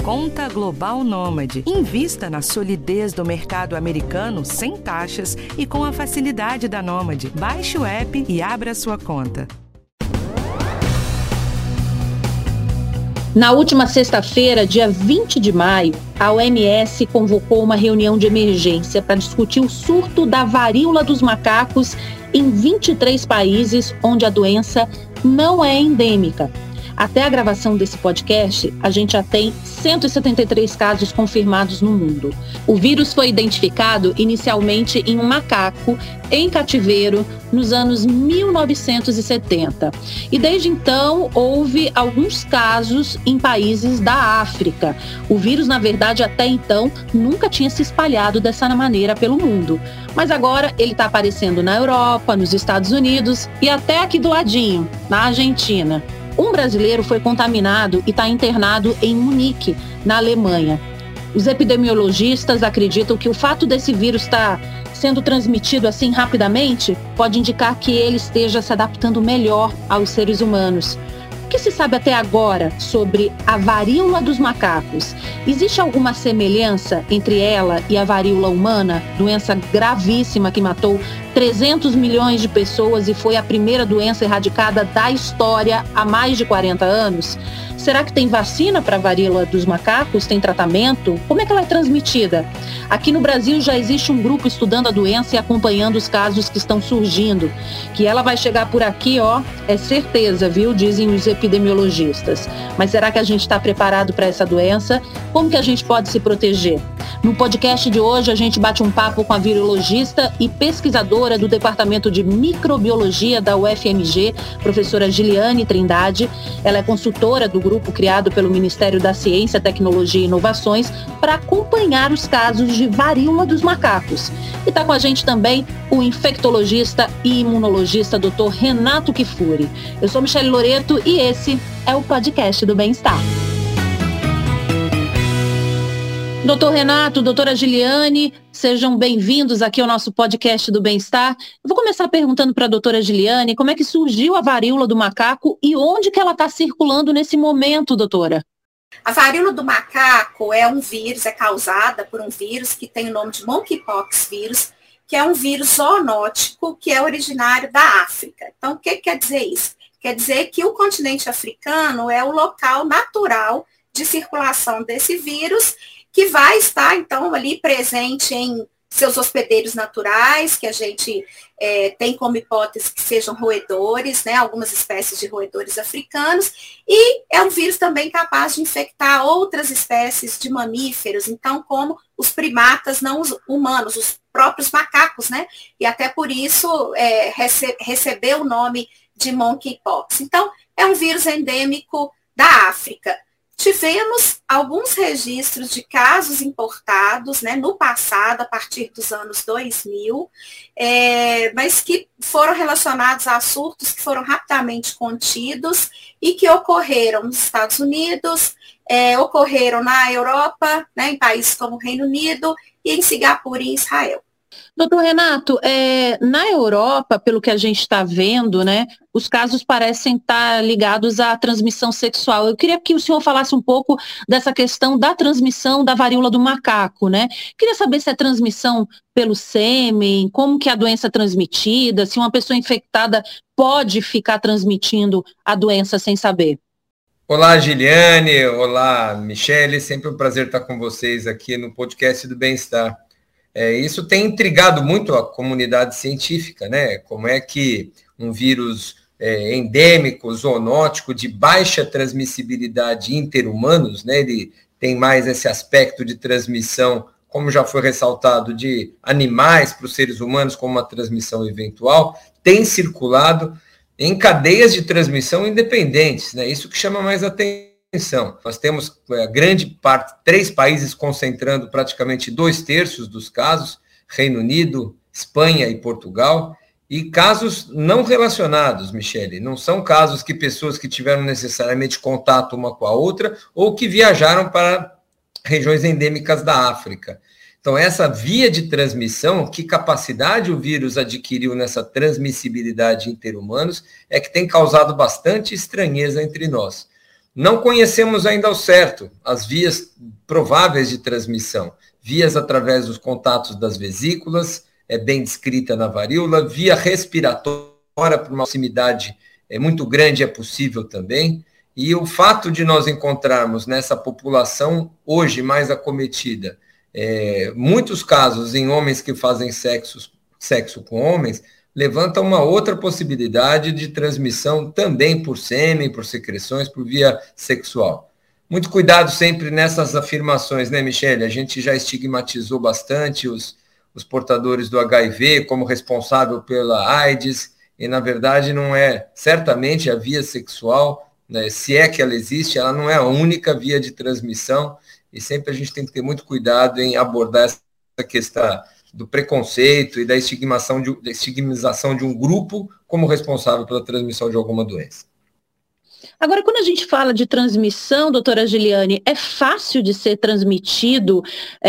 Conta Global Nômade. Invista na solidez do mercado americano sem taxas e com a facilidade da Nômade. Baixe o app e abra sua conta. Na última sexta-feira, dia 20 de maio, a OMS convocou uma reunião de emergência para discutir o surto da varíola dos macacos em 23 países onde a doença não é endêmica. Até a gravação desse podcast, a gente já tem 173 casos confirmados no mundo. O vírus foi identificado inicialmente em um macaco em cativeiro nos anos 1970. E desde então, houve alguns casos em países da África. O vírus, na verdade, até então, nunca tinha se espalhado dessa maneira pelo mundo. Mas agora ele está aparecendo na Europa, nos Estados Unidos e até aqui do ladinho, na Argentina. Um brasileiro foi contaminado e está internado em Munique, na Alemanha. Os epidemiologistas acreditam que o fato desse vírus estar sendo transmitido assim rapidamente pode indicar que ele esteja se adaptando melhor aos seres humanos. O que se sabe até agora sobre a varíola dos macacos? Existe alguma semelhança entre ela e a varíola humana, doença gravíssima que matou 300 milhões de pessoas e foi a primeira doença erradicada da história há mais de 40 anos? Será que tem vacina para a varíola dos macacos? Tem tratamento? Como é que ela é transmitida? Aqui no Brasil já existe um grupo estudando a doença e acompanhando os casos que estão surgindo. Que ela vai chegar por aqui, é certeza, viu? Dizem os epidemiologistas. Mas será que a gente está preparado para essa doença? Como que a gente pode se proteger? No podcast de hoje, a gente bate um papo com a virologista e pesquisadora do Departamento de Microbiologia da UFMG, professora Giliane Trindade. Ela é consultora do grupo criado pelo Ministério da Ciência, Tecnologia e Inovações para acompanhar os casos de varíola dos macacos. E está com a gente também o infectologista e imunologista Dr. Renato Kifuri. Eu sou Michele Loreto e esse é o podcast do Bem-Estar. Doutor Renato, doutora Giliane, sejam bem-vindos aqui ao nosso podcast do Bem-Estar. Eu vou começar perguntando para a doutora Giliane como é que surgiu a varíola do macaco e onde que ela está circulando nesse momento, doutora? A varíola do macaco é um vírus, é causada por um vírus que tem o nome de monkeypox vírus, que é um vírus zoonótico que é originário da África. Então, o que quer dizer isso? Quer dizer que o continente africano é o local natural de circulação desse vírus, que vai estar, então, ali presente em seus hospedeiros naturais, que a gente tem como hipótese que sejam roedores, né, algumas espécies de roedores africanos, e é um vírus também capaz de infectar outras espécies de mamíferos, então, como os primatas não humanos, os próprios macacos, né, e até por isso recebeu o nome de monkeypox. Então, é um vírus endêmico da África. Tivemos alguns registros de casos importados, né, no passado, a partir dos anos 2000, mas que foram relacionados a surtos que foram rapidamente contidos e que ocorreram nos Estados Unidos, ocorreram na Europa, né, em países como o Reino Unido e em Singapura e Israel. Doutor Renato, na Europa, pelo que a gente está vendo, né, os casos parecem estar ligados à transmissão sexual. Eu queria que o senhor falasse um pouco dessa questão da transmissão da varíola do macaco, né? Queria saber se é transmissão pelo sêmen, como que é a doença é transmitida, se uma pessoa infectada pode ficar transmitindo a doença sem saber. Olá, Giliane. Olá, Michele. Sempre um prazer estar com vocês aqui no podcast do Bem-Estar. Isso tem intrigado muito a comunidade científica, né? Como é que um vírus endêmico, zoonótico, de baixa transmissibilidade interhumanos, né? Ele tem mais esse aspecto de transmissão, como já foi ressaltado, de animais para os seres humanos, como uma transmissão eventual, tem circulado em cadeias de transmissão independentes, né? Isso que chama mais atenção. Nós temos grande parte, 3 países concentrando praticamente 2/3 dos casos, Reino Unido, Espanha e Portugal, e casos não relacionados, Michele, não são casos que pessoas que tiveram necessariamente contato uma com a outra ou que viajaram para regiões endêmicas da África. Então, essa via de transmissão, que capacidade o vírus adquiriu nessa transmissibilidade interhumanos, é que tem causado bastante estranheza entre nós. Não conhecemos ainda ao certo as vias prováveis de transmissão. Vias através dos contatos das vesículas, é bem descrita na varíola, via respiratória, por uma proximidade muito grande é possível também. E o fato de nós encontrarmos nessa população hoje mais acometida, muitos casos em homens que fazem sexo com homens, levanta uma outra possibilidade de transmissão também por sêmen, por secreções, por via sexual. Muito cuidado sempre nessas afirmações, né, Michele? A gente já estigmatizou bastante os portadores do HIV como responsável pela AIDS, e na verdade não é, certamente a via sexual, né, se é que ela existe, ela não é a única via de transmissão, e sempre a gente tem que ter muito cuidado em abordar essa questão do preconceito e da estigmatização de um grupo como responsável pela transmissão de alguma doença. Agora, quando a gente fala de transmissão, doutora Giliane, é fácil de ser transmitida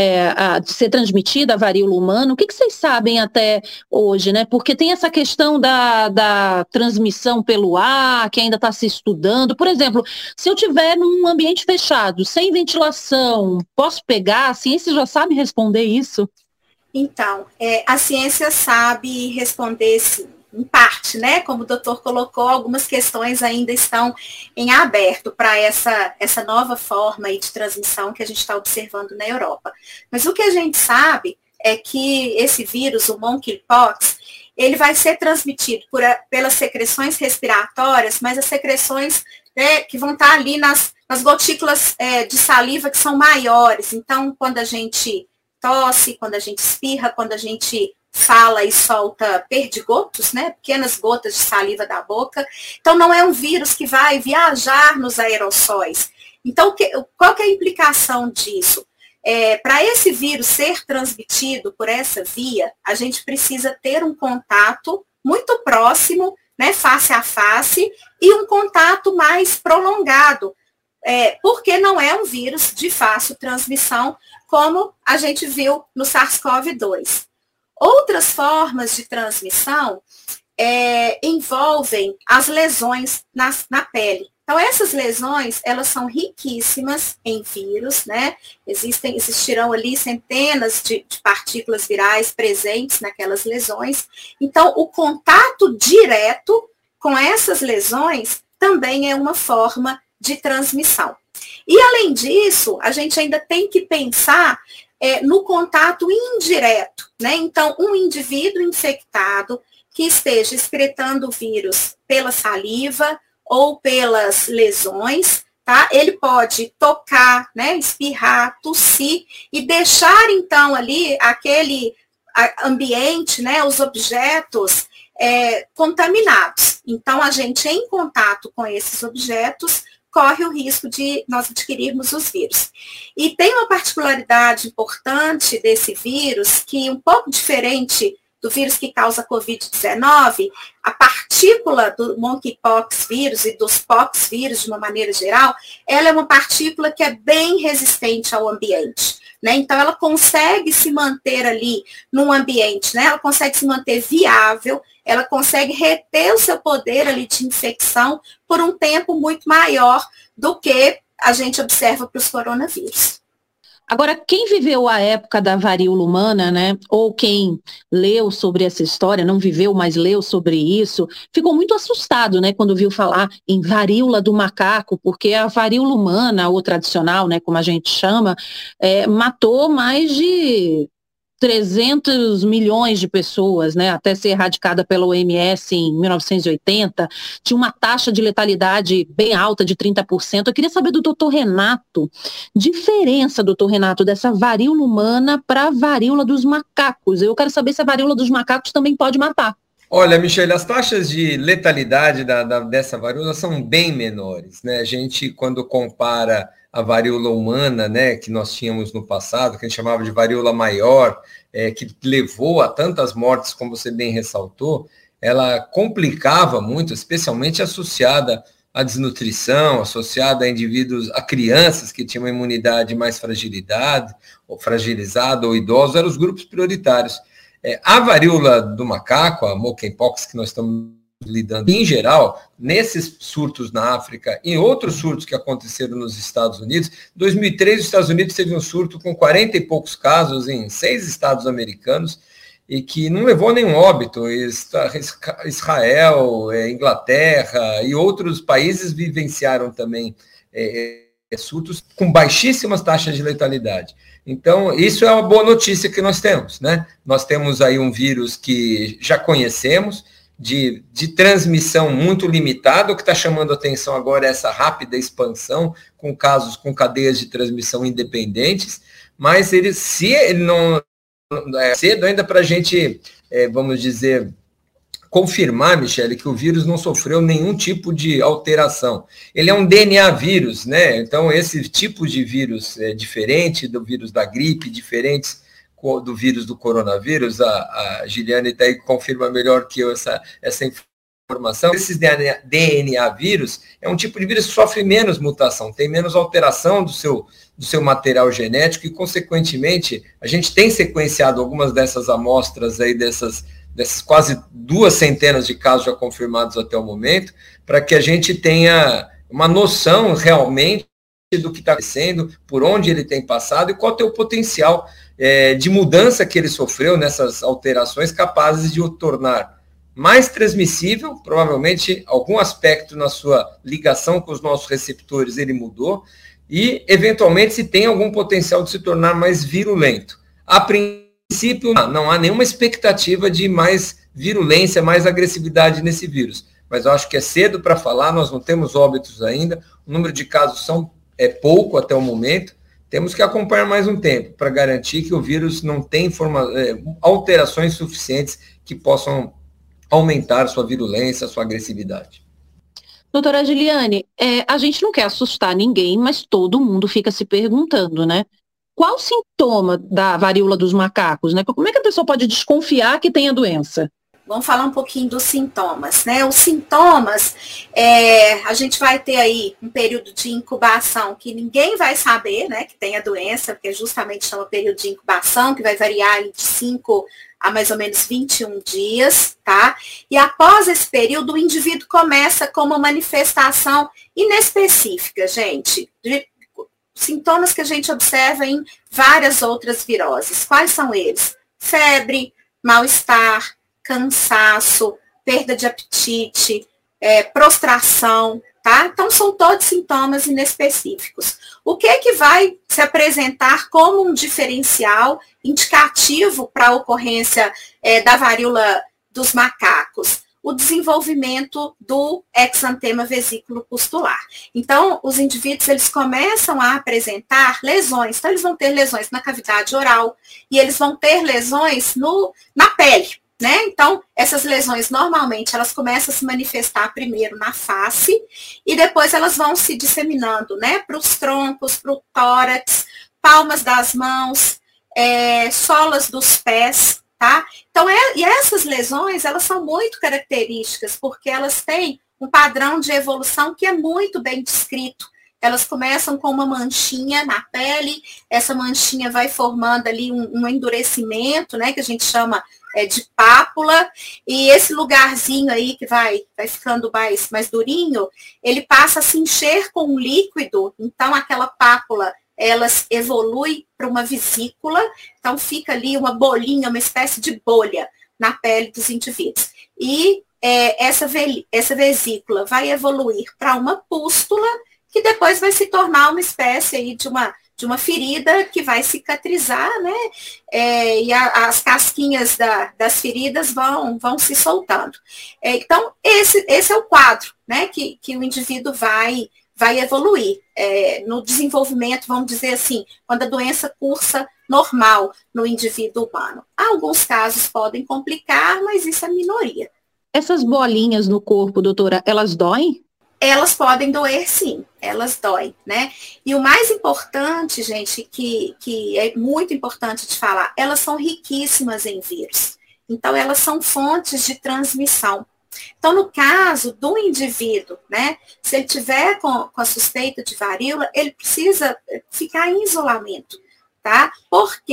a varíola humana? O que vocês sabem até hoje, né? Porque tem essa questão da transmissão pelo ar, que ainda está se estudando. Por exemplo, se eu estiver num ambiente fechado, sem ventilação, posso pegar? A ciência já sabe responder isso? Então, a ciência sabe responder sim, em parte, né? Como o doutor colocou, algumas questões ainda estão em aberto para essa nova forma aí de transmissão que a gente está observando na Europa. Mas o que a gente sabe é que esse vírus, o monkeypox, ele vai ser transmitido pelas secreções respiratórias, mas as secreções, né, que vão estar ali nas gotículas de saliva que são maiores. Então, quando a gente tosse, quando a gente espirra, quando a gente fala e solta perdigotos, né, pequenas gotas de saliva da boca. Então, não é um vírus que vai viajar nos aerossóis. Então, qual que é a implicação disso? Para esse vírus ser transmitido por essa via, a gente precisa ter um contato muito próximo, né, face a face, e um contato mais prolongado, porque não é um vírus de fácil transmissão, como a gente viu no SARS-CoV-2. Outras formas de transmissão envolvem as lesões na pele. Então, essas lesões, elas são riquíssimas em vírus, né? Existirão ali centenas de partículas virais presentes naquelas lesões. Então, o contato direto com essas lesões também é uma forma de transmissão. E, além disso, a gente ainda tem que pensar no contato indireto, né? Então, um indivíduo infectado que esteja excretando o vírus pela saliva ou pelas lesões, tá? Ele pode tocar, né, espirrar, tossir e deixar, então, ali aquele ambiente, né, os objetos contaminados. Então, a gente, em contato com esses objetos, corre o risco de nós adquirirmos os vírus. E tem uma particularidade importante desse vírus, que um pouco diferente do vírus que causa Covid-19, a partícula do monkeypox vírus e dos pox vírus, de uma maneira geral, ela é uma partícula que é bem resistente ao ambiente, né? Então, ela consegue se manter ali num ambiente, né? Ela consegue se manter viável, ela consegue reter o seu poder ali de infecção por um tempo muito maior do que a gente observa para os coronavírus. Agora, quem viveu a época da varíola humana, né, ou quem leu sobre essa história, não viveu, mas leu sobre isso, ficou muito assustado, né, quando viu falar em varíola do macaco, porque a varíola humana, ou tradicional, né, como a gente chama, matou mais de 300 milhões de pessoas, né, até ser erradicada pela OMS em 1980, tinha uma taxa de letalidade bem alta, de 30%. Eu queria saber do doutor Renato, diferença, doutor Renato, dessa varíola humana para a varíola dos macacos. Eu quero saber se a varíola dos macacos também pode matar. Olha, Michele, as taxas de letalidade dessa varíola são bem menores, né? A gente, quando compara a varíola humana, né, que nós tínhamos no passado, que a gente chamava de varíola maior, que levou a tantas mortes, como você bem ressaltou, ela complicava muito, especialmente associada à desnutrição, associada a crianças que tinham uma imunidade mais fragilizada ou idosos, eram os grupos prioritários. A varíola do macaco, a monkeypox que nós estamos lidando. Em geral, nesses surtos na África e outros surtos que aconteceram nos Estados Unidos, em 2003 os Estados Unidos teve um surto com 40 e poucos casos em 6 estados americanos e que não levou a nenhum óbito. Israel, Inglaterra e outros países vivenciaram também surtos com baixíssimas taxas de letalidade. Então, isso é uma boa notícia que nós temos, né? Nós temos aí um vírus que já conhecemos, de transmissão muito limitada. O que está chamando a atenção agora é essa rápida expansão, com casos com cadeias de transmissão independentes, mas se ele não é cedo ainda para a gente, vamos dizer, confirmar, Michele, que o vírus não sofreu nenhum tipo de alteração. Ele é um DNA vírus, né? Então, esse tipo de vírus é diferente do vírus da gripe, diferente do vírus do coronavírus. A Giliane está aí que confirma melhor que eu essa informação. Esses DNA vírus é um tipo de vírus que sofre menos mutação, tem menos alteração do seu material genético e, consequentemente, a gente tem sequenciado algumas dessas amostras aí, dessas quase 200 de casos já confirmados até o momento, para que a gente tenha uma noção realmente do que está acontecendo, por onde ele tem passado e qual é o potencial de mudança que ele sofreu nessas alterações, capazes de o tornar mais transmissível. Provavelmente algum aspecto na sua ligação com os nossos receptores ele mudou, e eventualmente se tem algum potencial de se tornar mais virulento. A princípio, não há nenhuma expectativa de mais virulência, mais agressividade nesse vírus, mas eu acho que é cedo para falar, nós não temos óbitos ainda, o número de casos é pouco até o momento, temos que acompanhar mais um tempo para garantir que o vírus não tem alterações suficientes que possam aumentar sua virulência, sua agressividade. Doutora Giliane, a gente não quer assustar ninguém, mas todo mundo fica se perguntando, né? Qual o sintoma da varíola dos macacos, né? Como é que a pessoa pode desconfiar que tem a doença? Vamos falar um pouquinho dos sintomas, né? Os sintomas, a gente vai ter aí um período de incubação que ninguém vai saber, né, que tem a doença, porque justamente chama período de incubação, que vai variar de 5 a mais ou menos 21 dias, tá? E após esse período, o indivíduo começa com uma manifestação inespecífica, gente, de sintomas que a gente observa em várias outras viroses. Quais são eles? Febre, mal-estar, cansaço, perda de apetite, prostração, tá? Então, são todos sintomas inespecíficos. O que vai se apresentar como um diferencial indicativo para a ocorrência da varíola dos macacos? O desenvolvimento do exantema vesículo pustular. Então, os indivíduos, eles começam a apresentar lesões. Então, eles vão ter lesões na cavidade oral e eles vão ter lesões na pele, né? Então, essas lesões, normalmente, elas começam a se manifestar primeiro na face e depois elas vão se disseminando, né, para os troncos, para o tórax, palmas das mãos, solas dos pés, tá? Então, e essas lesões, elas são muito características, porque elas têm um padrão de evolução que é muito bem descrito. Elas começam com uma manchinha na pele, essa manchinha vai formando ali um endurecimento, né, que a gente chama de pápula, e esse lugarzinho aí que vai ficando mais durinho, ele passa a se encher com um líquido, então aquela pápula, ela evolui para uma vesícula, então fica ali uma bolinha, uma espécie de bolha na pele dos indivíduos. E essa vesícula vai evoluir para uma pústula, que depois vai se tornar uma espécie aí de uma ferida que vai cicatrizar, né? E as casquinhas das feridas vão se soltando. Então, esse é o quadro, né? Que o indivíduo vai evoluir. No desenvolvimento, vamos dizer assim, quando a doença cursa normal no indivíduo humano. Alguns casos podem complicar, mas isso é minoria. Essas bolinhas no corpo, doutora, elas doem? Elas podem doer, sim, elas doem, né? E o mais importante, gente, que é muito importante de falar, elas são riquíssimas em vírus. Então, elas são fontes de transmissão. Então, no caso do indivíduo, né, se ele tiver com a suspeita de varíola, ele precisa ficar em isolamento, tá? Por quê?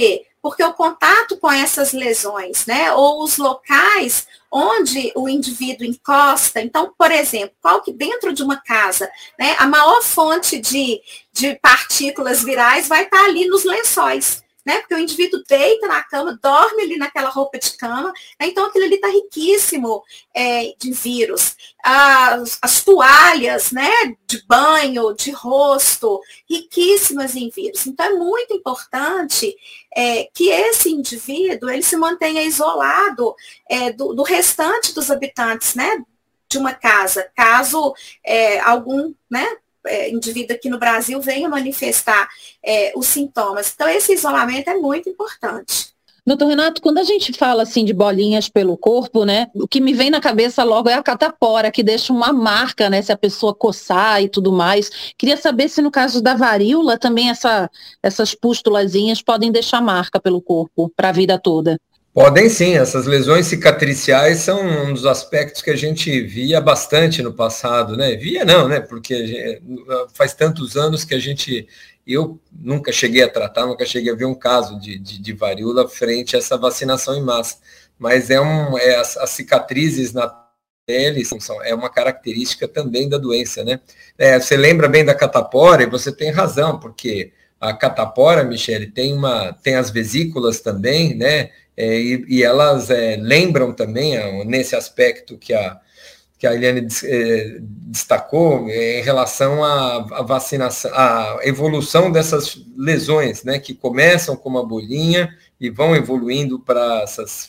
porque o contato com essas lesões, né, ou os locais onde o indivíduo encosta, então, por exemplo, qual que dentro de uma casa, né, a maior fonte de partículas virais vai estar ali nos lençóis, né, porque o indivíduo deita na cama, dorme ali naquela roupa de cama, né, então aquilo ali está riquíssimo de vírus. As toalhas, né, de banho, de rosto, riquíssimas em vírus. Então é muito importante que esse indivíduo ele se mantenha isolado do restante dos habitantes, né, de uma casa, caso algum, né, indivíduo aqui no Brasil venha manifestar os sintomas. Então, esse isolamento é muito importante. Doutor Renato, quando a gente fala assim de bolinhas pelo corpo, né, o que me vem na cabeça logo é a catapora, que deixa uma marca, né, se a pessoa coçar e tudo mais. Queria saber se no caso da varíola também essas pústulazinhas podem deixar marca pelo corpo para a vida toda. Podem sim, essas lesões cicatriciais são um dos aspectos que a gente via bastante no passado, né? Via não, né? Porque faz tantos anos que eu nunca cheguei a tratar, nunca cheguei a ver um caso de varíola frente a essa vacinação em massa. Mas as cicatrizes na pele é uma característica também da doença, né? Você lembra bem da catapora e você tem razão, porque a catapora, Michele, tem as vesículas também, né? E elas lembram também, nesse aspecto que a Eliane destacou, em relação à vacinação, à evolução dessas lesões, né, que começam com uma bolinha e vão evoluindo para essas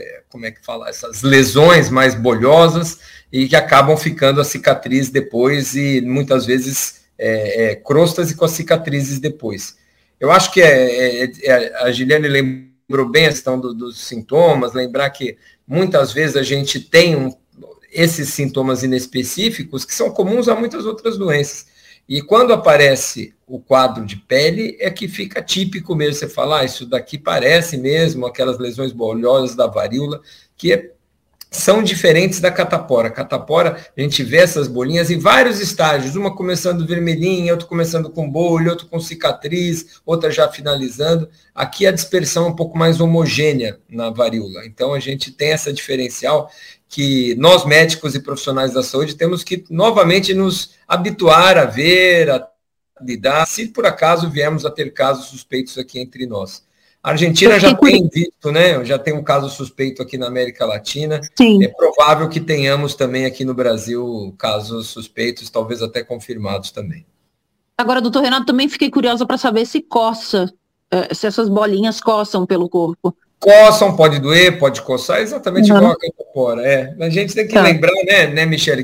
lesões mais bolhosas e que acabam ficando a cicatriz depois e muitas vezes crostas e com as cicatrizes depois. Eu acho que a Giliane lembrou bem a questão dos sintomas, lembrar que muitas vezes a gente tem esses sintomas inespecíficos que são comuns a muitas outras doenças. E quando aparece o quadro de pele, é que fica típico mesmo. Você fala, isso daqui parece mesmo aquelas lesões bolhosas da varíola, que são diferentes da catapora. A catapora, a gente vê essas bolinhas em vários estágios, uma começando vermelhinha, outra começando com bolha, outra com cicatriz, outra já finalizando. Aqui a dispersão é um pouco mais homogênea na varíola. Então a gente tem essa diferencial que nós médicos e profissionais da saúde temos que novamente nos habituar a ver, a lidar, se por acaso viemos a ter casos suspeitos aqui entre nós. A Argentina já tem visto, né? Já tem um caso suspeito aqui na América Latina. Sim. É provável que tenhamos também aqui no Brasil casos suspeitos, talvez até confirmados também. Agora, doutor Renato, também fiquei curiosa para saber se coça, se essas bolinhas coçam pelo corpo. Coçam, pode doer, pode coçar, exatamente igual a catapora. A gente tem que lembrar, né, Michele,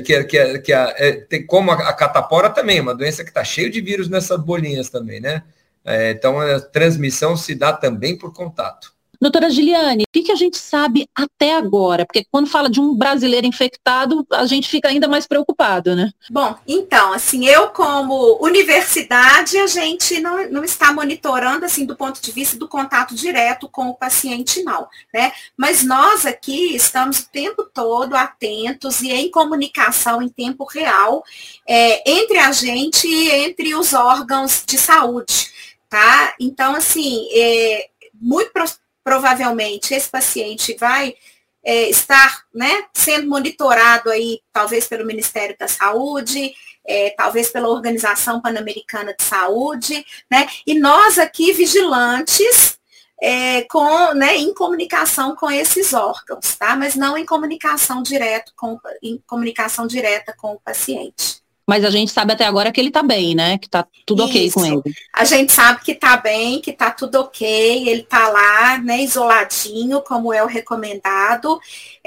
que como a catapora também é uma doença que está cheia de vírus nessas bolinhas também, né? Então, a transmissão se dá também por contato. Doutora Giliane, o que a gente sabe até agora? Porque quando fala de um brasileiro infectado, a gente fica ainda mais preocupado, né? Bom, então, assim, eu como universidade, a gente não está monitorando, assim, do ponto de vista do contato direto com o paciente, não, né? Mas nós aqui estamos o tempo todo atentos e em comunicação em tempo real entre a gente e entre os órgãos de saúde, tá? Então, assim, muito provavelmente esse paciente vai estar, né, sendo monitorado aí, talvez pelo Ministério da Saúde, talvez pela Organização Pan-Americana de Saúde, né, e nós aqui vigilantes em comunicação com esses órgãos, tá, mas não em comunicação direta com o paciente. Mas a gente sabe até agora que ele está bem, né? Que está tudo ok com ele. A gente sabe que está bem, que está tudo ok, ele está lá, né, isoladinho, como é o recomendado.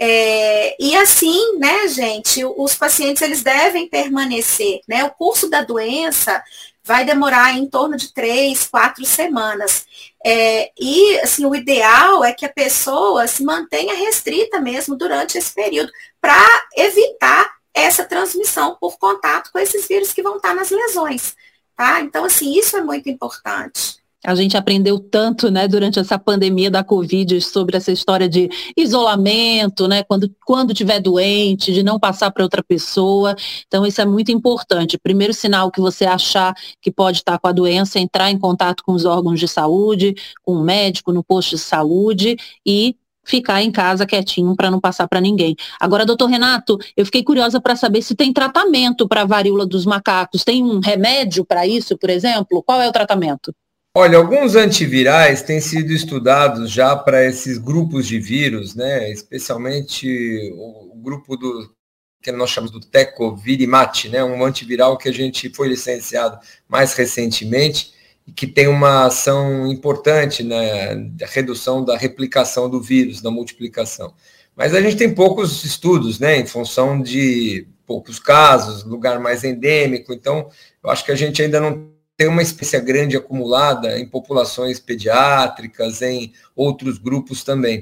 E assim, né, gente, os pacientes, eles devem permanecer, né? O curso da doença vai demorar em torno de 3, 4 semanas. E, assim, o ideal é que a pessoa se mantenha restrita mesmo durante esse período, para evitar essa transmissão por contato com esses vírus que vão estar nas lesões, tá? Então, assim, isso é muito importante. A gente aprendeu tanto, né, durante essa pandemia da Covid sobre essa história de isolamento, né, quando tiver doente, de não passar para outra pessoa. Então, isso é muito importante. Primeiro sinal que você achar que pode estar com a doença, entrar em contato com os órgãos de saúde, com o médico no posto de saúde e ficar em casa quietinho para não passar para ninguém. Agora, doutor Renato, eu fiquei curiosa para saber se tem tratamento para a varíola dos macacos. Tem um remédio para isso, por exemplo? Qual é o tratamento? Olha, alguns antivirais têm sido estudados já para esses grupos de vírus, né? Especialmente o grupo que nós chamamos do Tecovirimat, né? Um antiviral que a gente foi licenciado mais recentemente e que tem uma ação importante na redução da replicação do vírus, da multiplicação. Mas a gente tem poucos estudos, né? Em função de poucos casos, lugar mais endêmico. Então, eu acho que a gente ainda não tem uma experiência grande acumulada em populações pediátricas, em outros grupos também.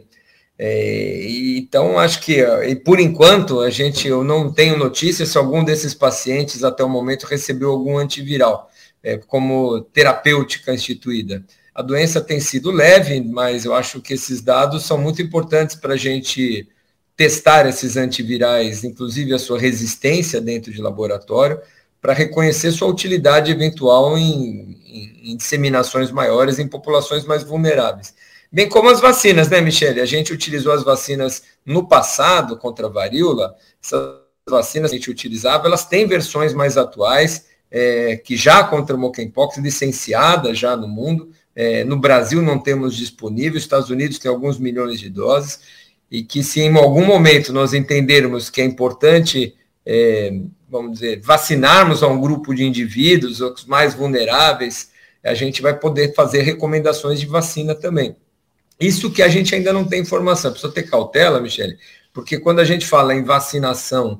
Então, acho que, por enquanto, eu não tenho notícia se algum desses pacientes, até o momento, recebeu algum antiviral, como terapêutica instituída. A doença tem sido leve, mas eu acho que esses dados são muito importantes para a gente testar esses antivirais, inclusive a sua resistência dentro de laboratório, para reconhecer sua utilidade eventual em disseminações maiores em populações mais vulneráveis. Bem como as vacinas, né, Michele? A gente utilizou as vacinas no passado contra a varíola, essas vacinas que a gente utilizava, elas têm versões mais atuais, que já contra o monkeypox, licenciadas já no mundo. No Brasil não temos disponível, Estados Unidos tem alguns milhões de doses, e que se em algum momento nós entendermos que é importante vamos dizer, vacinarmos a um grupo de indivíduos, os mais vulneráveis, a gente vai poder fazer recomendações de vacina também. Isso que a gente ainda não tem informação, precisa ter cautela, Michele, porque quando a gente fala em vacinação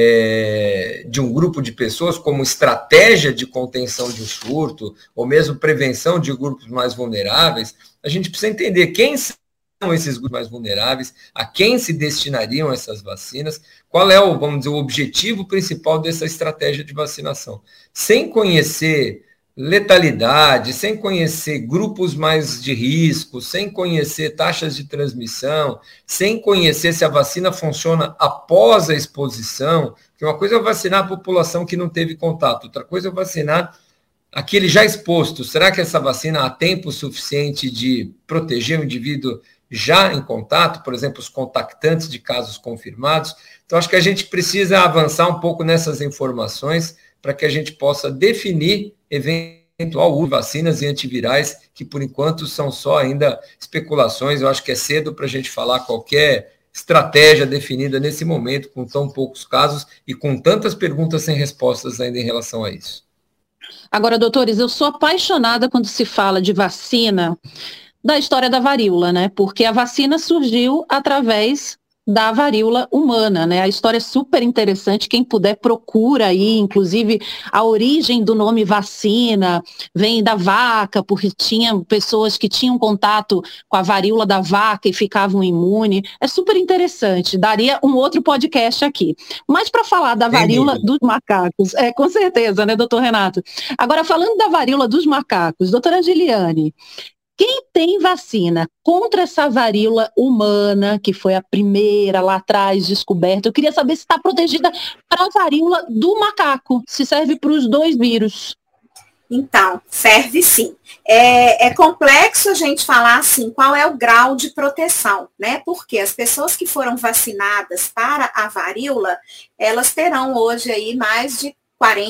de um grupo de pessoas como estratégia de contenção de um surto, ou mesmo prevenção de grupos mais vulneráveis, a gente precisa entender quem são esses grupos mais vulneráveis, a quem se destinariam essas vacinas, qual é vamos dizer, o objetivo principal dessa estratégia de vacinação. Sem conhecer letalidade, sem conhecer grupos mais de risco, sem conhecer taxas de transmissão, sem conhecer se a vacina funciona após a exposição, que uma coisa é vacinar a população que não teve contato, outra coisa é vacinar aquele já exposto. Será que essa vacina há tempo suficiente de proteger o indivíduo já em contato, por exemplo, os contactantes de casos confirmados? Então, acho que a gente precisa avançar um pouco nessas informações para que a gente possa definir eventual uso de vacinas e antivirais, que por enquanto são só ainda especulações. Eu acho que é cedo para a gente falar qualquer estratégia definida nesse momento, com tão poucos casos e com tantas perguntas sem respostas ainda em relação a isso. Agora, doutores, eu sou apaixonada quando se fala de vacina da história da varíola, né? Porque a vacina surgiu através da varíola humana, né? A história é super interessante, quem puder procura aí, inclusive a origem do nome vacina vem da vaca, porque tinha pessoas que tinham contato com a varíola da vaca e ficavam imunes. É super interessante, daria um outro podcast aqui. Mas para falar da varíola dos macacos, com certeza, né, doutor Renato? Agora, falando da varíola dos macacos, doutora Giliane, quem tem vacina contra essa varíola humana, que foi a primeira lá atrás descoberta, eu queria saber se está protegida para a varíola do macaco, se serve para os dois vírus. Então, serve sim. É complexo a gente falar assim, qual é o grau de proteção, né? Porque as pessoas que foram vacinadas para a varíola, elas terão hoje aí mais de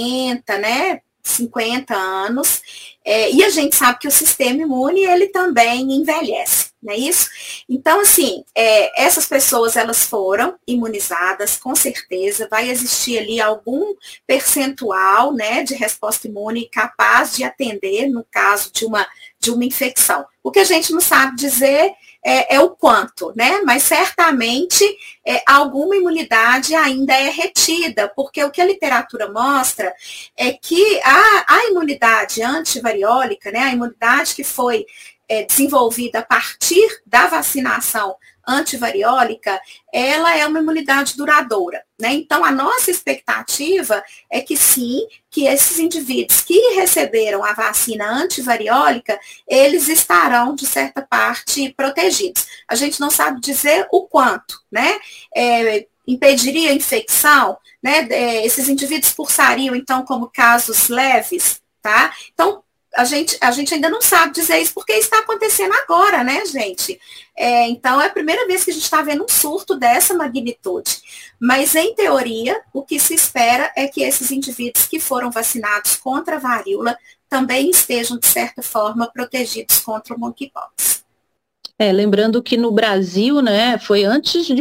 40, né? 50 anos, e a gente sabe que o sistema imune, ele também envelhece, não é isso? Então, assim, essas pessoas, elas foram imunizadas, com certeza, vai existir ali algum percentual, né, de resposta imune capaz de atender, no caso de uma infecção. O que a gente não sabe dizer é o quanto, né? Mas certamente alguma imunidade ainda é retida, porque o que a literatura mostra é que a imunidade antivariólica, né, a imunidade que foi desenvolvida a partir da vacinação antivariólica, ela é uma imunidade duradoura, né? Então, a nossa expectativa é que sim, que esses indivíduos que receberam a vacina antivariólica, eles estarão, de certa parte, protegidos. A gente não sabe dizer o quanto, né? Impediria a infecção, né? Esses indivíduos cursariam, então, como casos leves, tá? Então, a gente ainda não sabe dizer isso, porque está acontecendo agora, né, gente? Então, é a primeira vez que a gente está vendo um surto dessa magnitude. Mas, em teoria, o que se espera é que esses indivíduos que foram vacinados contra a varíola também estejam, de certa forma, protegidos contra o monkeypox. Lembrando que no Brasil, né, foi antes de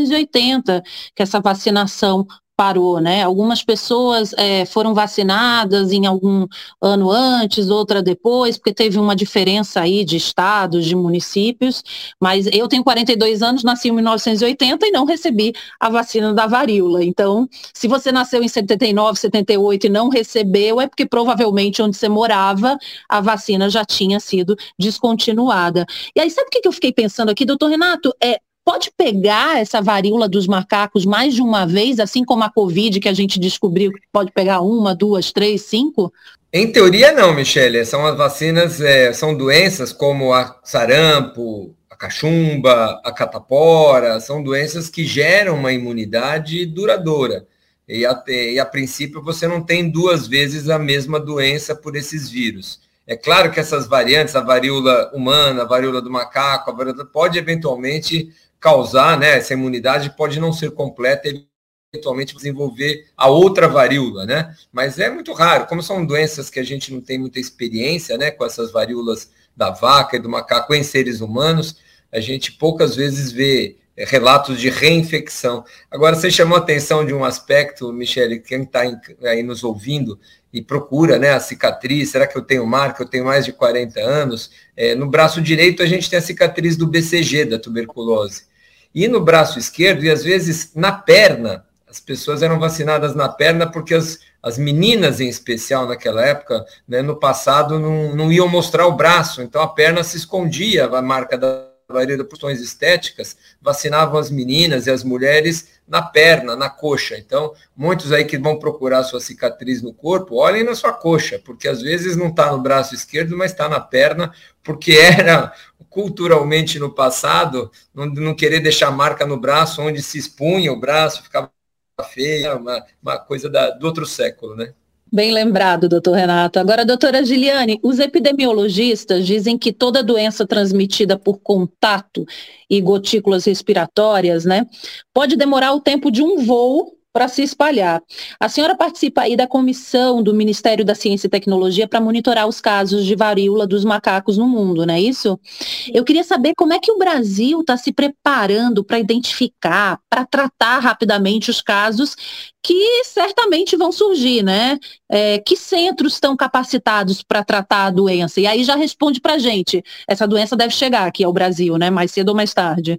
1980 que essa vacinação parou, né? Algumas pessoas foram vacinadas em algum ano antes, outra depois, porque teve uma diferença aí de estados, de municípios, mas eu tenho 42 anos, nasci em 1980 e não recebi a vacina da varíola. Então, se você nasceu em 79, 78 e não recebeu, é porque provavelmente onde você morava, a vacina já tinha sido descontinuada. E aí, sabe o que eu fiquei pensando aqui, doutor Renato? Pode pegar essa varíola dos macacos mais de uma vez, assim como a Covid, que a gente descobriu que pode pegar 1, 2, 3, 5? Em teoria não, Michele. São as vacinas, são doenças como a sarampo, a cachumba, a catapora, são doenças que geram uma imunidade duradoura. E a princípio você não tem 2 vezes a mesma doença por esses vírus. É claro que essas variantes, a varíola humana, a varíola do macaco, a varíola pode eventualmente causar, né, essa imunidade pode não ser completa e eventualmente desenvolver a outra varíola, né? Mas é muito raro, como são doenças que a gente não tem muita experiência, né, com essas varíolas da vaca e do macaco em seres humanos, a gente poucas vezes vê relatos de reinfecção. Agora, você chamou a atenção de um aspecto, Michele, quem está aí nos ouvindo e procura, né, a cicatriz, será que eu tenho marca? Eu tenho mais de 40 anos. No braço direito, a gente tem a cicatriz do BCG, da tuberculose. E no braço esquerdo, e às vezes na perna, as pessoas eram vacinadas na perna porque as meninas, em especial naquela época, né, no passado, não iam mostrar o braço, então a perna se escondia, a marca da varíola por questões estéticas, vacinavam as meninas e as mulheres na perna, na coxa. Então, muitos aí que vão procurar sua cicatriz no corpo, olhem na sua coxa, porque às vezes não está no braço esquerdo, mas está na perna, porque era culturalmente no passado, não querer deixar marca no braço, onde se expunha o braço, ficava feia, uma coisa do outro século, né? Bem lembrado, doutor Renato. Agora, doutora Giliane, os epidemiologistas dizem que toda doença transmitida por contato e gotículas respiratórias, né, pode demorar o tempo de um voo para se espalhar. A senhora participa aí da comissão do Ministério da Ciência e Tecnologia para monitorar os casos de varíola dos macacos no mundo, não é isso? Eu queria saber como é que o Brasil está se preparando para identificar, para tratar rapidamente os casos que certamente vão surgir, né? Que centros estão capacitados para tratar a doença? E aí já responde para a gente, essa doença deve chegar aqui ao Brasil, né? Mais cedo ou mais tarde.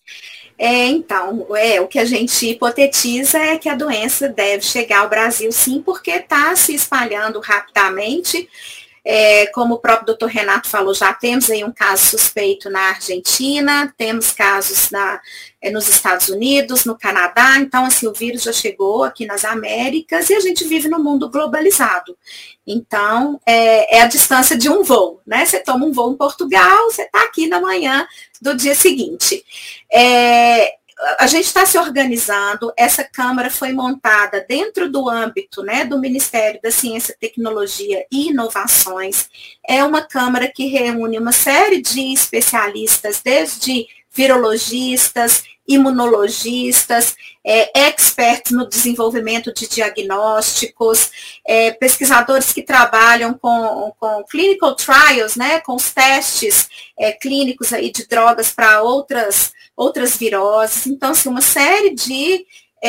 Então, o que a gente hipotetiza é que a doença deve chegar ao Brasil, sim, porque está se espalhando rapidamente. Como o próprio doutor Renato falou, já temos aí um caso suspeito na Argentina, temos casos nos Estados Unidos, no Canadá, então, assim, o vírus já chegou aqui nas Américas e a gente vive num mundo globalizado. Então, é a distância de um voo, né? Você toma um voo em Portugal, você está aqui na manhã do dia seguinte. A gente está se organizando, essa Câmara foi montada dentro do âmbito, né, do Ministério da Ciência, Tecnologia e Inovações. É uma Câmara que reúne uma série de especialistas, desde virologistas, imunologistas, experts no desenvolvimento de diagnósticos, pesquisadores que trabalham com clinical trials, né, com os testes clínicos aí de drogas para outras viroses. Então, assim, uma série de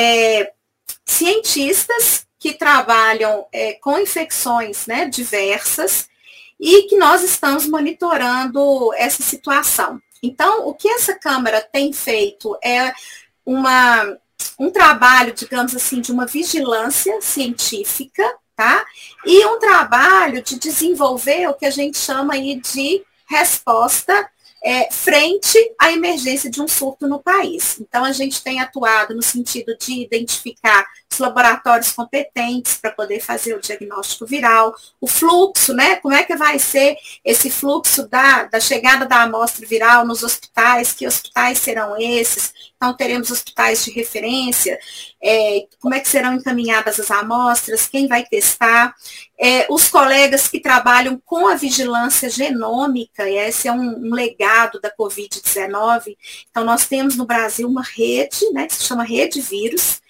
cientistas que trabalham com infecções, né, diversas, e que nós estamos monitorando essa situação. Então, o que essa Câmara tem feito é um trabalho, digamos assim, de uma vigilância científica, tá? E um trabalho de desenvolver o que a gente chama aí de resposta frente à emergência de um surto no país. Então, a gente tem atuado no sentido de identificar os laboratórios competentes para poder fazer o diagnóstico viral, o fluxo, né? Como é que vai ser esse fluxo da chegada da amostra viral nos hospitais, que hospitais serão esses? Então, teremos hospitais de referência, como é que serão encaminhadas as amostras, quem vai testar, os colegas que trabalham com a vigilância genômica, e esse é um legado da Covid-19. Então, nós temos no Brasil uma rede, né, que se chama Rede Vírus,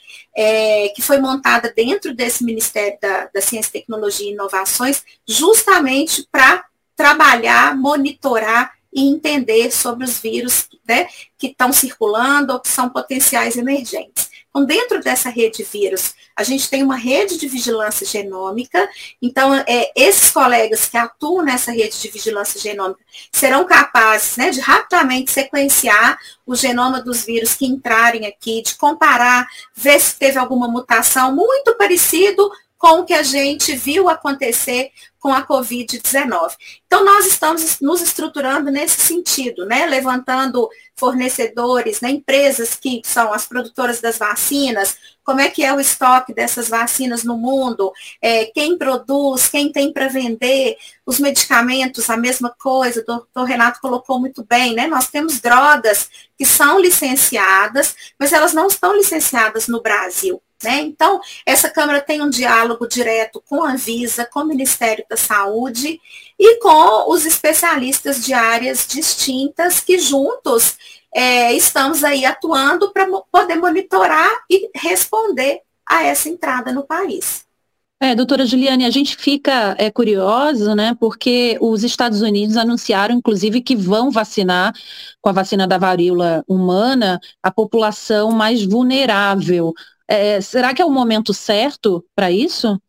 que foi montada dentro desse Ministério da Ciência, Tecnologia e Inovações, justamente para trabalhar, monitorar e entender sobre os vírus, né, que estão circulando ou que são potenciais emergentes. Então, dentro dessa rede vírus, a gente tem uma rede de vigilância genômica. Então, esses colegas que atuam nessa rede de vigilância genômica serão capazes, né, de rapidamente sequenciar o genoma dos vírus que entrarem aqui, de comparar, ver se teve alguma mutação muito parecido com o que a gente viu acontecer com a Covid-19. Então, nós estamos nos estruturando nesse sentido, né? Levantando fornecedores, né? Empresas que são as produtoras das vacinas, como é que é o estoque dessas vacinas no mundo, quem produz, quem tem para vender, os medicamentos, a mesma coisa, o doutor Renato colocou muito bem, né? Nós temos drogas que são licenciadas, mas elas não estão licenciadas no Brasil. Né? Então, essa Câmara tem um diálogo direto com a Anvisa, com o Ministério da Saúde e com os especialistas de áreas distintas que juntos estamos aí atuando para poder monitorar e responder a essa entrada no país. Doutora Juliane, a gente fica curioso, né, porque os Estados Unidos anunciaram, inclusive, que vão vacinar com a vacina da varíola humana a população mais vulnerável. Será que é o momento certo para isso?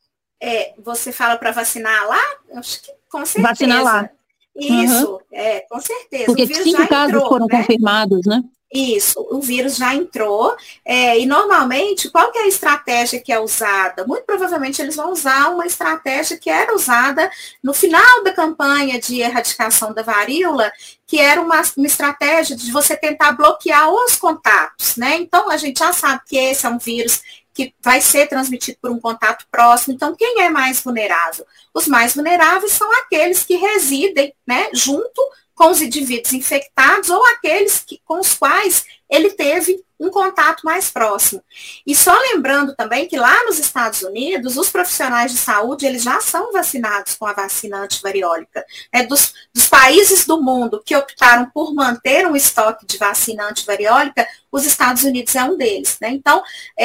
Você fala para vacinar lá? Acho que com certeza. Vacinar lá. Isso, com certeza. Porque 5 casos foram confirmados, né? Isso, o vírus já entrou, e normalmente, qual que é a estratégia que é usada? Muito provavelmente eles vão usar uma estratégia que era usada no final da campanha de erradicação da varíola, que era uma estratégia de você tentar bloquear os contatos, né? Então, a gente já sabe que esse é um vírus que vai ser transmitido por um contato próximo. Então, quem é mais vulnerável? Os mais vulneráveis são aqueles que residem, né, junto com os indivíduos infectados ou aqueles com os quais ele teve um contato mais próximo. E só lembrando também que lá nos Estados Unidos, os profissionais de saúde, eles já são vacinados com a vacina antivariólica. Dos países do mundo que optaram por manter um estoque de vacina antivariólica, os Estados Unidos é um deles, né? Então,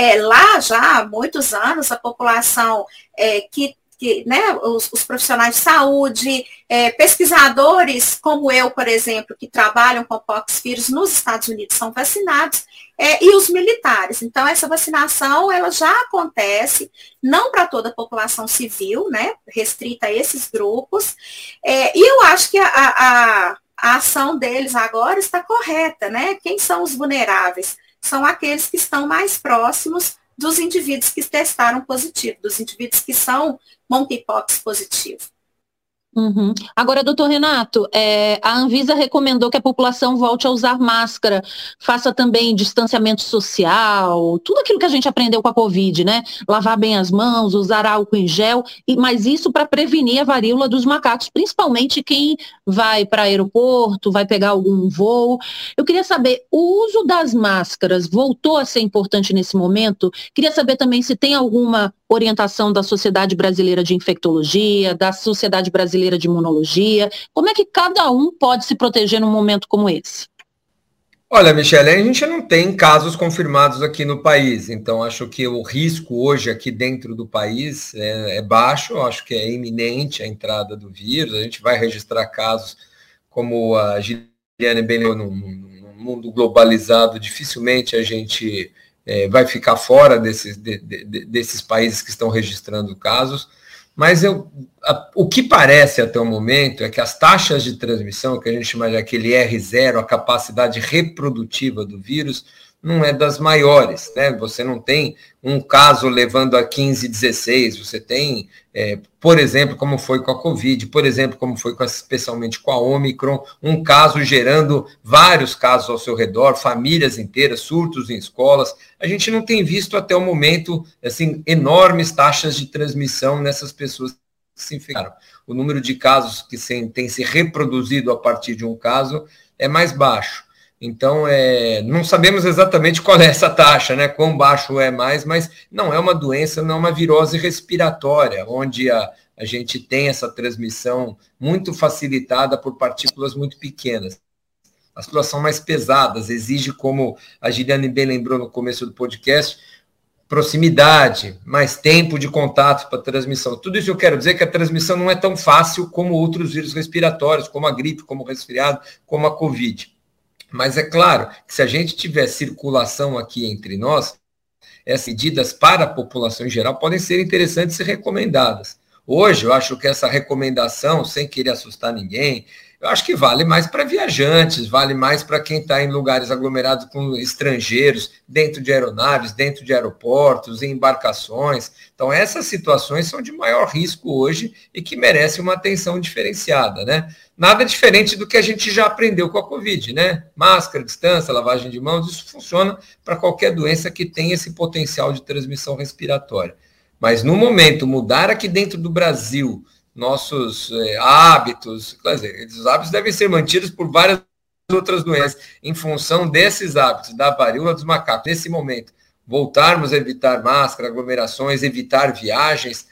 lá já há muitos anos, a população né, os profissionais de saúde, pesquisadores como eu, por exemplo, que trabalham com poxvírus nos Estados Unidos são vacinados, e os militares. Então, essa vacinação, ela já acontece, não para toda a população civil, né, restrita a esses grupos, e eu acho que a ação deles agora está correta, né? Quem são os vulneráveis? São aqueles que estão mais próximos dos indivíduos que testaram positivo, dos indivíduos que são monkeypox positivo. Uhum. Agora, doutor Renato, a Anvisa recomendou que a população volte a usar máscara, faça também distanciamento social, tudo aquilo que a gente aprendeu com a Covid, né? Lavar bem as mãos, usar álcool em gel, mas isso para prevenir a varíola dos macacos, principalmente quem vai para aeroporto, vai pegar algum voo. Eu queria saber, o uso das máscaras voltou a ser importante nesse momento? Queria saber também se tem alguma orientação da Sociedade Brasileira de Infectologia, da Sociedade Brasileira de Imunologia. Como é que cada um pode se proteger num momento como esse? Olha, Michele, a gente não tem casos confirmados aqui no país, então acho que o risco hoje aqui dentro do país é baixo, acho que é iminente a entrada do vírus, a gente vai registrar casos como a Giliane bem leu, num mundo globalizado, dificilmente a gente vai ficar fora desses países que estão registrando casos, Mas o que parece até o momento é que as taxas de transmissão, que a gente chama de aquele R0, a capacidade reprodutiva do vírus, não é das maiores, né? Você não tem um caso levando a 15, 16, você tem, por exemplo, como foi com a Covid, por exemplo, como foi especialmente com a Omicron, um caso gerando vários casos ao seu redor, famílias inteiras, surtos em escolas. A gente não tem visto até o momento, assim, enormes taxas de transmissão nessas pessoas que se infectaram. O número de casos que tem se reproduzido a partir de um caso é mais baixo. Então, não sabemos exatamente qual é essa taxa, né? Quão baixo é mais, mas não é uma doença, não é uma virose respiratória, onde a gente tem essa transmissão muito facilitada por partículas muito pequenas. As partículas são mais pesadas, exige, como a Giliane bem lembrou no começo do podcast, proximidade, mais tempo de contato para a transmissão. Tudo isso eu quero dizer que a transmissão não é tão fácil como outros vírus respiratórios, como a gripe, como o resfriado, como a Covid. Mas é claro que se a gente tiver circulação aqui entre nós, essas medidas para a população em geral podem ser interessantes e recomendadas. Hoje, eu acho que essa recomendação, sem querer assustar ninguém, eu acho que vale mais para viajantes, vale mais para quem está em lugares aglomerados com estrangeiros, dentro de aeronaves, dentro de aeroportos, em embarcações. Então, essas situações são de maior risco hoje e que merecem uma atenção diferenciada, né? Nada diferente do que a gente já aprendeu com a Covid, né? Máscara, distância, lavagem de mãos, isso funciona para qualquer doença que tenha esse potencial de transmissão respiratória. Mas, no momento, mudar aqui dentro do Brasil nossos hábitos, quer dizer, os hábitos devem ser mantidos por várias outras doenças, em função desses hábitos, da varíola dos macacos. Nesse momento, voltarmos a evitar máscara, aglomerações, evitar viagens,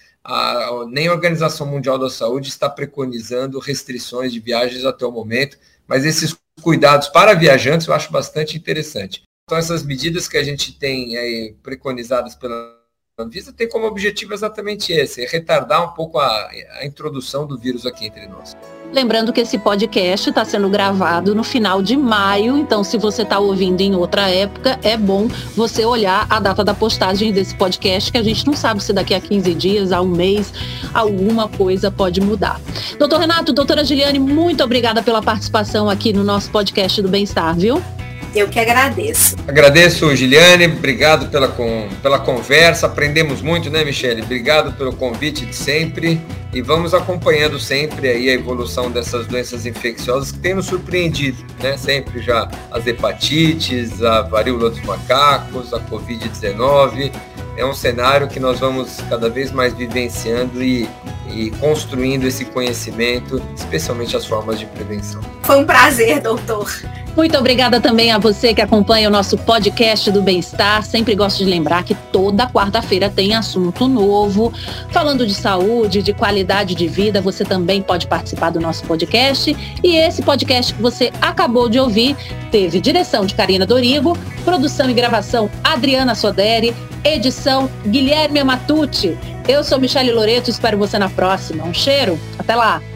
nem a Organização Mundial da Saúde está preconizando restrições de viagens até o momento, mas esses cuidados para viajantes eu acho bastante interessante. Então, essas medidas que a gente tem preconizadas pela Anvisa tem como objetivo exatamente esse, retardar um pouco a introdução do vírus aqui entre nós. Lembrando que esse podcast está sendo gravado no final de maio, então se você está ouvindo em outra época, é bom você olhar a data da postagem desse podcast, que a gente não sabe se daqui a 15 dias, a um mês, alguma coisa pode mudar. Doutor Renato, doutora Giliane, muito obrigada pela participação aqui no nosso podcast do Bem-Estar, viu? Eu que agradeço. Agradeço, Giliane, obrigado pela conversa, aprendemos muito, né, Michele? Obrigado pelo convite de sempre e vamos acompanhando sempre aí a evolução dessas doenças infecciosas que tem nos surpreendido, né? Sempre já as hepatites, a varíola dos macacos, a Covid-19, é um cenário que nós vamos cada vez mais vivenciando e construindo esse conhecimento, especialmente as formas de prevenção. Foi um prazer, doutor. Muito obrigada também a você que acompanha o nosso podcast do Bem-Estar. Sempre gosto de lembrar que toda quarta-feira tem assunto novo, falando de saúde, de qualidade de vida. Você também pode participar do nosso podcast. E esse podcast que você acabou de ouvir teve direção de Karina Dorigo, produção e gravação Adriana Soderi, edição Guilherme Matucci. Eu sou Michele Loreto, espero você na próxima. Um cheiro, até lá!